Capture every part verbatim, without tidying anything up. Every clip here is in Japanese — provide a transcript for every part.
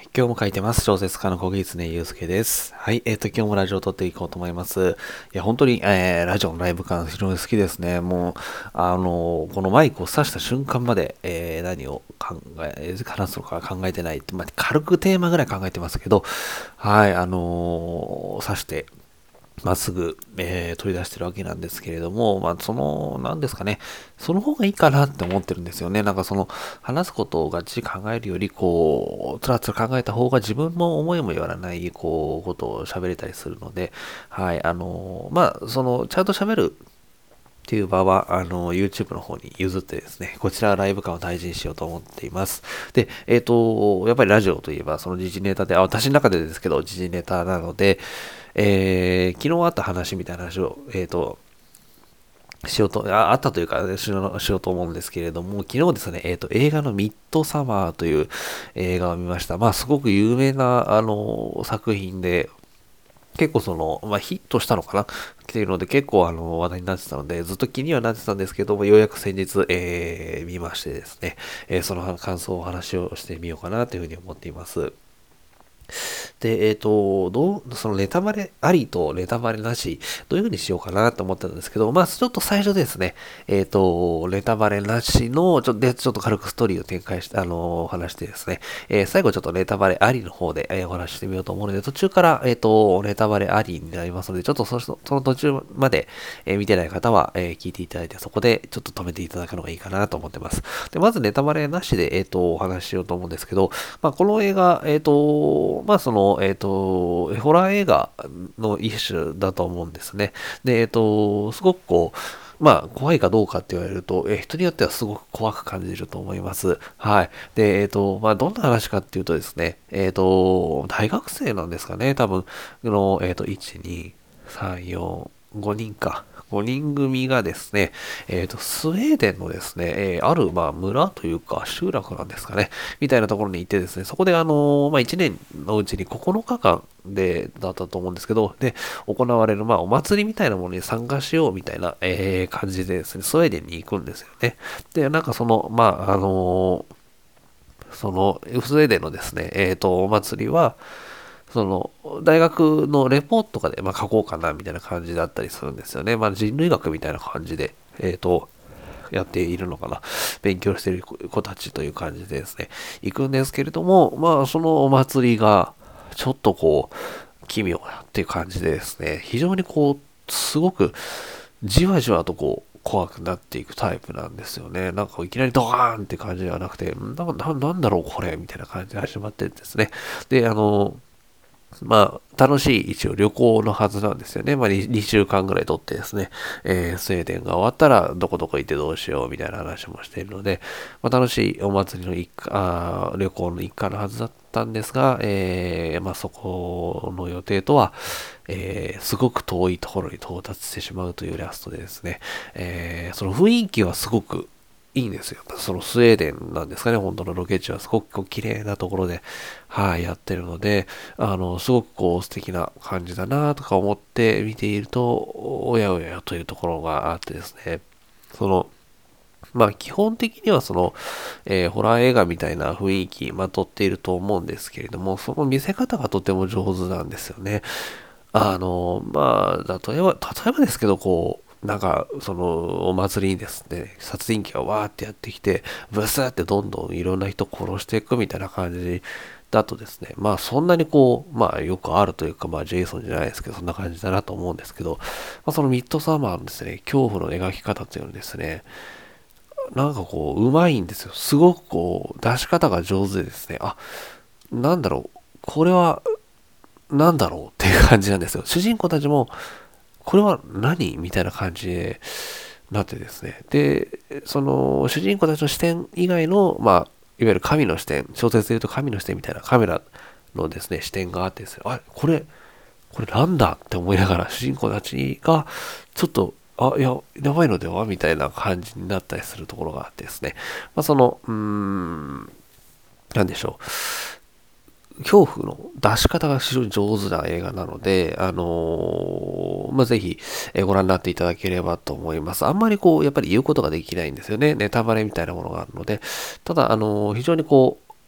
今日も書いてます。小説家の小木常祐介です。はい。えっ、と、今日もラジオを撮っていこうと思います。いや、本当に、えー、ラジオのライブ感非常に好きですね。もう、あのーこのマイクを挿した瞬間まで、えー、何を考え、話すのか考えてないって、まあ、軽くテーマぐらい考えてますけど、はい、あのー挿して、まっすぐ、えー取り出してるわけなんですけれども、まあ、その、なんですかね、その方がいいかなって思ってるんですよね。なんかその、話すことをがっちり考えるより、こう、つらつら考えた方が自分も思いもよらない、こう、ことを喋れたりするので、はい、あの、まあ、その、ちゃんと喋るっていう場は、あの、YouTube の方に譲ってですね、こちらはライブ感を大事にしようと思っています。で、えっ、と、やっぱりラジオといえば、その時事ネタで、あ、私の中でですけど、時事ネタなので、えー、昨日あった話みたいな話を、えっ、と、しようと、ああったというか、しようしようと思うんですけれども、昨日ですね、えっ、と、映画のミッドサマーという映画を見ました。まあ、すごく有名な、あの、作品で、結構その、まあ、ヒットしたのかなっていうので、結構あの、話題になってたので、ずっと気にはなってたんですけども、ようやく先日、えー、見ましてですね、えーその感想をお話をしてみようかなというふうに思っています。で、えっ、と、どう、そのネタバレありとネタバレなし、どういう風にしようかなと思ったんですけど、まあ、ちょっと最初ですね、えっ、と、ネタバレなしの、ちょっと、で、ちょっと軽くストーリーを展開して、あのー話してですね、えー最後ちょっとネタバレありの方で、えーお話ししてみようと思うので、途中から、えっ、と、ネタバレありになりますので、ちょっとそのその途中まで、えー見てない方は、えー聞いていただいて、そこでちょっと止めていただくのがいいかなと思ってます。で、まずネタバレなしで、えっ、と、お話ししようと思うんですけど、まあ、この映画、えっ、と、まあ、その、えっ、と、ホラー映画の一種だと思うんですね。で、えっ、と、すごくこう、まあ、怖いかどうかって言われると、えー人によってはすごく怖く感じると思います。はい。で、えっ、と、まあ、どんな話かっていうとですね、えっ、と、大学生なんですかね、多分、の、えっ、と、いち、に、さん、よん、ごにんか。ごにん組がですね、えっ、と、スウェーデンのですね、えーある、まあ、村というか、集落なんですかね、みたいなところに行ってですね、そこであの、まあ、いちねんのうちにここのかかんで、だったと思うんですけど、で、行われる、まあ、お祭りみたいなものに参加しようみたいな、えー感じでですね、スウェーデンに行くんですよね。で、なんかその、まあ、あのその、スウェーデンのですね、えっ、と、お祭りは、その、大学のレポートとかで、まあ、書こうかな、みたいな感じだったりするんですよね。まあ、人類学みたいな感じで、えっ、と、やっているのかな。勉強している子たちという感じでですね、行くんですけれども、まあ、そのお祭りが、ちょっとこう、奇妙なっていう感じでですね、非常にこう、すごく、じわじわとこう、怖くなっていくタイプなんですよね。なんかいきなりドカーンって感じではなくて、な、な、なんだろうこれみたいな感じで始まってですね。で、あの、まあ、楽しい一応旅行のはずなんですよね。まあ、にしゅうかんぐらい取ってですね、えースウェーデンが終わったら、どこどこ行ってどうしようみたいな話もしているので、まあ、楽しいお祭りの一環、あー旅行の一環のはずだったんですが、えーまあ、そこの予定とは、えーすごく遠いところに到達してしまうというラストでですね、えーその雰囲気はすごくいいんですよ。そのスウェーデンなんですかね、本当のロケ地はすごくこう綺麗なところで、はい、やってるので、あの、すごくこう素敵な感じだなとか思って見ていると、おやおやというところがあってですね、その、まあ基本的にはその、えーホラー映画みたいな雰囲気まとっていると思うんですけれども、その見せ方がとても上手なんですよね。あの、まあ、例えば、例えばですけど、こう、なんか、その、お祭りにですね、殺人鬼がわーってやってきて、ブスってどんどんいろんな人殺していくみたいな感じだとですね、まあ、そんなにこう、まあ、よくあるというか、まあ、ジェイソンじゃないですけど、そんな感じだなと思うんですけど、まあ、そのミッドサマーのですね、恐怖の描き方というのはですね、なんかこう、うまいんですよ。すごくこう、出し方が上手でですね、あ、なんだろう、これは、なんだろうっていう感じなんですよ。主人公たちも、これは何みたいな感じでなってですね。で、その主人公たちの視点以外の、まあ、いわゆる神の視点、小説で言うと神の視点みたいなカメラのですね、視点があってですね、あ、これ、これなんだって思いながら主人公たちが、ちょっと、あ、いや、やばいのではみたいな感じになったりするところがあってですね。まあ、その、うーん、なんでしょう。恐怖の出し方が非常に上手な映画なので、あのーまあ、ぜひ、えーご覧になっていただければと思います。あんまりこう、やっぱり言うことができないんですよね。ネタバレみたいなものがあるので。ただ、あのー非常にこう、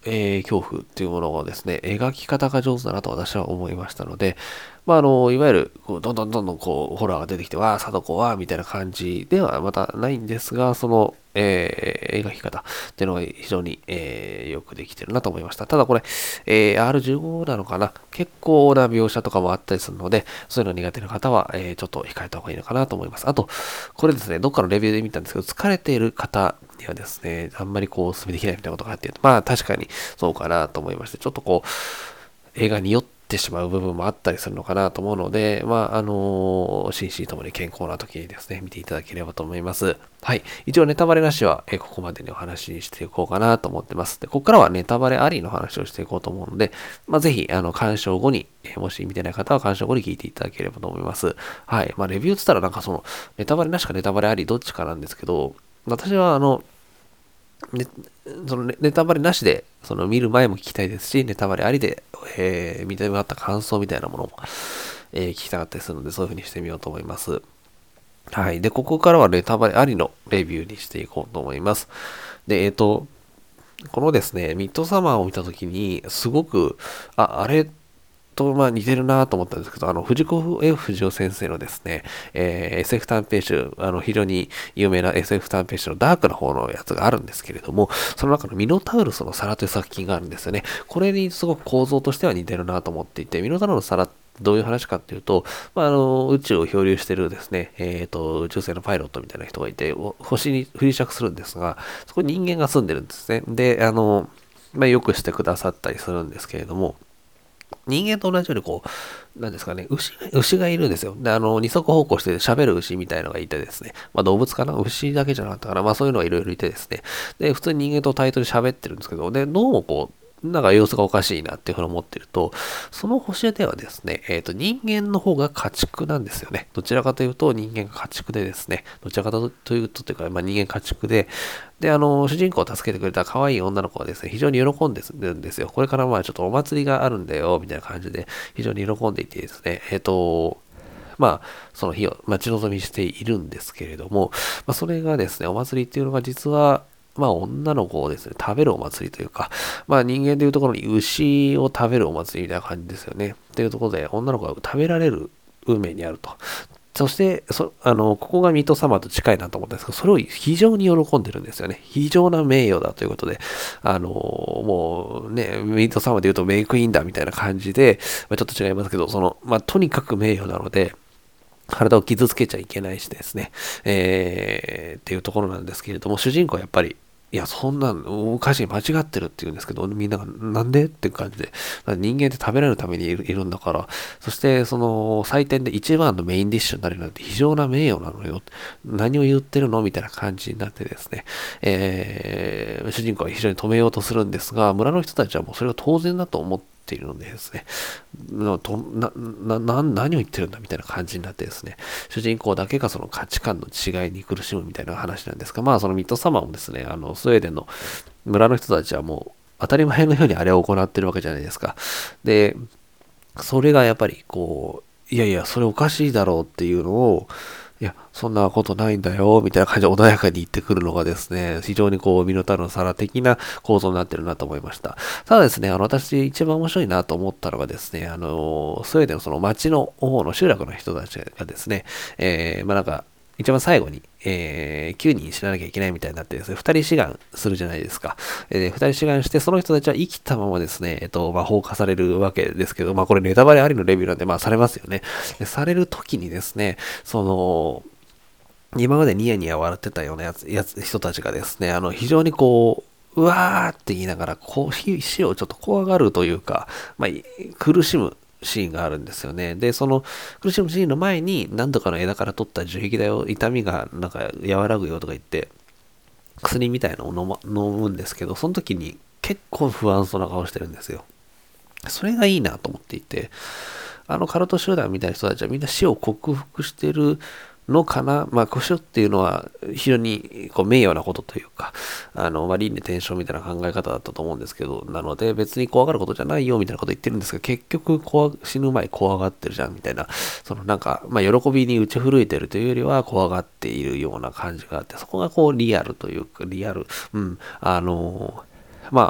えー恐怖っていうものをですね、描き方が上手だなと私は思いましたので、まあ、あの、いわゆる、こう、どんどんどんどん、こう、ホラーが出てきて、わあ、貞子は、みたいな感じではまたないんですが、その、えー描き方っていうのが非常に、えーよくできてるなと思いました。ただこれ、えーアールじゅうご なのかな、結構な描写とかもあったりするので、そういうの苦手な方は、えーちょっと控えた方がいいのかなと思います。あと、これですね、どっかのレビューで見たんですけど、疲れている方にはですね、あんまりこう、お勧めできないみたいなことがあって、まあ確かにそうかなと思いまして、ちょっとこう、映画によってしまう部分もあったりするのかなと思うので、まあ、あの心身ともに健康な時にですね、見ていただければと思います。はい。一応ネタバレなしは、えここまでにお話ししていこうかなと思ってます。で、ここからはネタバレありの話をしていこうと思うので、まあ、ぜひ、あの、鑑賞後に、えもし見てない方は鑑賞後に聞いていただければと思います。はい。まあ、レビューって言ったらなんかその、ネタバレなしかネタバレありどっちかなんですけど、私はあの、ね、そのネネタバレなしで、その見る前も聞きたいですし、ネタバレありで、えー見てもらった感想みたいなものも、えー聞きたかったりするので、そういう風にしてみようと思います。はい。で、ここからはネタバレありのレビューにしていこうと思います。で、えっ、と、このですね、ミッドサマーを見たときに、すごく、あ、あれと、まあ似てるなと思ったんですけど、あの、藤子 F 不二雄先生のですね、えー エスエフ 短編集、あの、非常に有名な エスエフ 短編集のダークな方のやつがあるんですけれども、その中のミノタウルスの皿という作品があるんですよね。これにすごく構造としては似てるなと思っていて、ミノタウルスの皿ってどういう話かっていうと、まあ、あの、宇宙を漂流してるですね、えっ、と、宇宙船のパイロットみたいな人がいて、星に不時着するんですが、そこに人間が住んでるんですね。で、あの、まあ、よくしてくださったりするんですけれども、人間と同じようにこう、なんですかね、牛、牛がいるんですよ。で、あの、二足歩行して喋る牛みたいのがいてですね、まあ動物かな牛だけじゃなかったかなまあそういうのがいろいろいてですね、で、普通に人間と対等に喋ってるんですけど、で、どうもこう、なんか様子がおかしいなっていうふうに思ってると、その星ではですね、えっ、と、人間の方が家畜なんですよね。どちらかというと人間が家畜でですね、どちらかというとというか、まあ人間家畜で、で、あの、主人公を助けてくれた可愛い女の子はですね、非常に喜んでるんですよ。これからまあちょっとお祭りがあるんだよ、みたいな感じで、非常に喜んでいてですね、えっ、と、まあ、その日を待ち望みしているんですけれども、まあ、それがですね、お祭りっていうのが実は、まあ、女の子をですね、食べるお祭りというか、まあ、人間でいうところに牛を食べるお祭りみたいな感じですよね。っていうところで、女の子が食べられる運命にあると。そして、そあの、ここがミッドサマーと近いなと思ったんですけど、それを非常に喜んでるんですよね。非常な名誉だということで、あの、もうね、ミッドサマーで言うとメイクインだみたいな感じで、まあ、ちょっと違いますけど、その、まあ、とにかく名誉なので、体を傷つけちゃいけないしですね、えー、っていうところなんですけれども、主人公はやっぱり、いや、そんなん、おかしい、間違ってるって言うんですけど、みんなが、なんでっていう感じで、人間って食べられるためにいるいるんだから、そして、その、採点で一番のメインディッシュになるなんて非常な名誉なのよ。何を言ってるのみたいな感じになってですね、えー、主人公は非常に止めようとするんですが、村の人たちはもうそれが当然だと思って、ているのでですね、な、な、な、な何を言ってるんだみたいな感じになってですね、主人公だけがその価値観の違いに苦しむみたいな話なんですが、まあそのミッドサマーもですね、あの、スウェーデンの村の人たちはもう当たり前のようにあれを行ってるわけじゃないですか。で、それがやっぱりこう、いやいや、それおかしいだろうっていうのを、いや、そんなことないんだよ、みたいな感じで穏やかに言ってくるのがですね、非常にこう、ミノタウロの皿的な構造になってるなと思いました。ただですね、あの、私一番面白いなと思ったのがですね、あの、スウェーデンのその町の方の集落の人たちがですね、えー、まあなんか、一番最後に、えー、きゅうにん死ななきゃいけないみたいになってですね、ふたり志願するじゃないですか。えー、ふたり志願して、その人たちは生きたままですね、えっと、まあ、放火されるわけですけど、まあ、これネタバレありのレビューなんで、まあ、されますよね。でされる時にですね、その、今までニヤニヤ笑ってたようなやつ、やつ、人たちがですね、あの、非常にこう、うわーって言いながら、こう、死をちょっと怖がるというか、まあ、苦しむシーンがあるんですよね。で、その苦しむシーンの前に、何とかの枝から取った樹液だよ、痛みがなんか和らぐよとか言って、薬みたいなのを飲,、ま、飲むんですけど、その時に結構不安そうな顔してるんですよ。それがいいなと思っていて、あのカルト集団みたいな人たちはみんな死を克服してるのかな。まあ、死っていうのは非常にこう名誉なことというか、あの、まあ、輪廻転生みたいな考え方だったと思うんですけど、なので別に怖がることじゃないよみたいなこと言ってるんですが、結局怖死ぬ前怖がってるじゃんみたいな、そのなんか、まあ、喜びに打ち震えてるというよりは怖がっているような感じがあって、そこがこうリアルというか、リアル、うん、あの、まあ、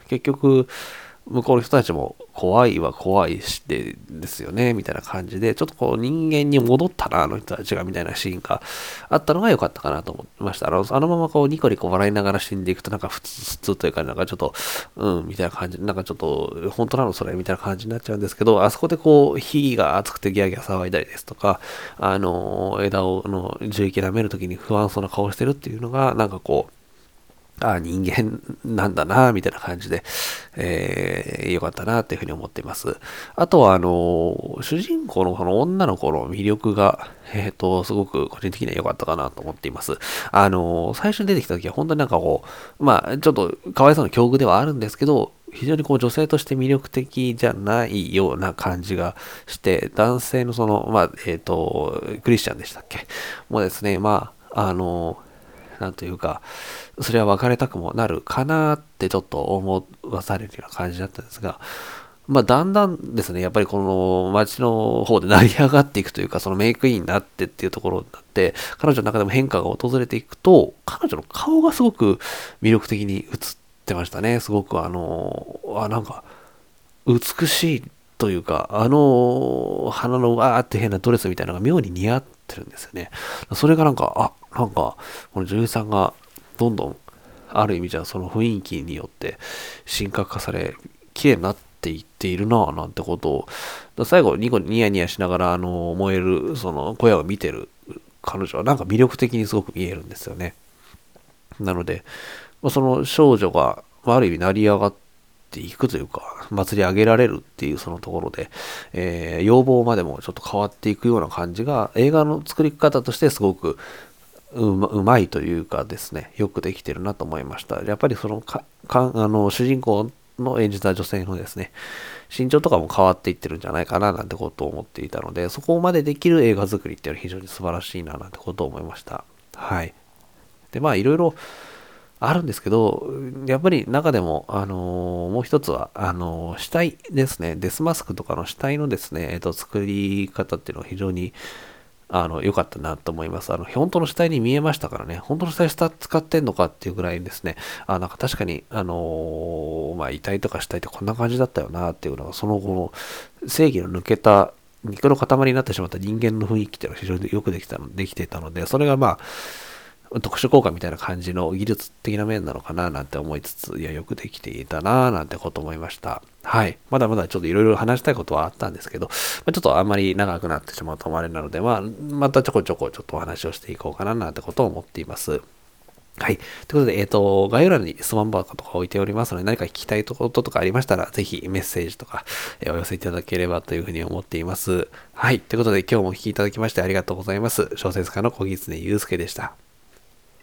結局、向こうの人たちも怖いは怖いしでですよね、みたいな感じで、ちょっとこう人間に戻ったな、あの人たちが、みたいなシーンがあったのが良かったかなと思いました。あの、あのままこうニコニコ笑いながら死んでいくと、なんか普通、普通というか、なんかちょっと、うん、みたいな感じ、なんかちょっと、本当なのそれ、みたいな感じになっちゃうんですけど、あそこでこう、火が熱くてギャーギャー騒いだりですとか、あの、枝を、の樹液舐めるときに不安そうな顔してるっていうのが、なんかこう、ああ、人間なんだな、みたいな感じで、えー、よかったな、っていうふうに思っています。あとは、あの、主人公のこの女の子の魅力が、えっ、と、すごく個人的には良かったかなと思っています。あの、最初に出てきた時は本当になんかこう、まあ、ちょっとかわいそうな境遇ではあるんですけど、非常にこう女性として魅力的じゃないような感じがして、男性のその、まあ、えっ、と、クリスチャンでしたっけもうですね、まあ、あの、なんというか、それは別れたくもなるかなってちょっと思わされるような感じだったんですが、まあ、だんだんですね、やっぱりこの街の方で成り上がっていくというか、そのメイクインになってっていうところになって、彼女の中でも変化が訪れていくと、彼女の顔がすごく魅力的に映ってましたね。すごくあの、あ、なんか、美しいというか、あの、花のわーって変なドレスみたいなのが妙に似合ってるんですよね。それがなんか、あ、なんか、この女優さんがどんどん、ある意味じゃその雰囲気によって神格化され、綺麗になっていっているなぁなんてことを、最後ニコニヤニヤしながら、あの、燃える、その小屋を見てる彼女はなんか魅力的にすごく見えるんですよね。なので、その少女が、ある意味成り上がっていくというか、祭り上げられるっていうそのところで、えー、要望までもちょっと変わっていくような感じが、映画の作り方としてすごくうま、うまいというかですね、よくできてるなと思いました。やっぱりそのか、かあの、主人公の演じた女性のですね、身長とかも変わっていってるんじゃないかななんてことを思っていたので、そこまでできる映画作りっていうのは非常に素晴らしいななんてことを思いました。はい。で、まあいろいろあるんですけど、やっぱり中でも、あのーもう一つは、あのー死体ですね、デスマスクとかの死体のですね、えっと、作り方っていうのは非常に、あの、良かったなと思います。あの、本当の死体に見えましたからね、本当の死体使ってんのかっていうぐらいですね、あ、なんか確かに、あのーまあ、遺体とか死体ってこんな感じだったよなっていうのが、その後の正義の抜けた、肉の塊になってしまった人間の雰囲気っていうのが非常によくできたの、できてたので、それがまあ、特殊効果みたいな感じの技術的な面なのかななんて思いつつ、いや、よくできていたなぁなんてこと思いました。はい。まだまだちょっといろいろ話したいことはあったんですけど、まあ、ちょっとあんまり長くなってしまうとあれなので、まあ、またちょこちょこちょっとお話をしていこうかななんてことを思っています。はい。ということで、えっ、と、概要欄に質問箱とか置いておりますので、何か聞きたいこととかありましたら、ぜひメッセージとか、えーお寄せいただければというふうに思っています。はい。ということで、今日もお聞きいただきましてありがとうございます。小説家の小木常祐介でした。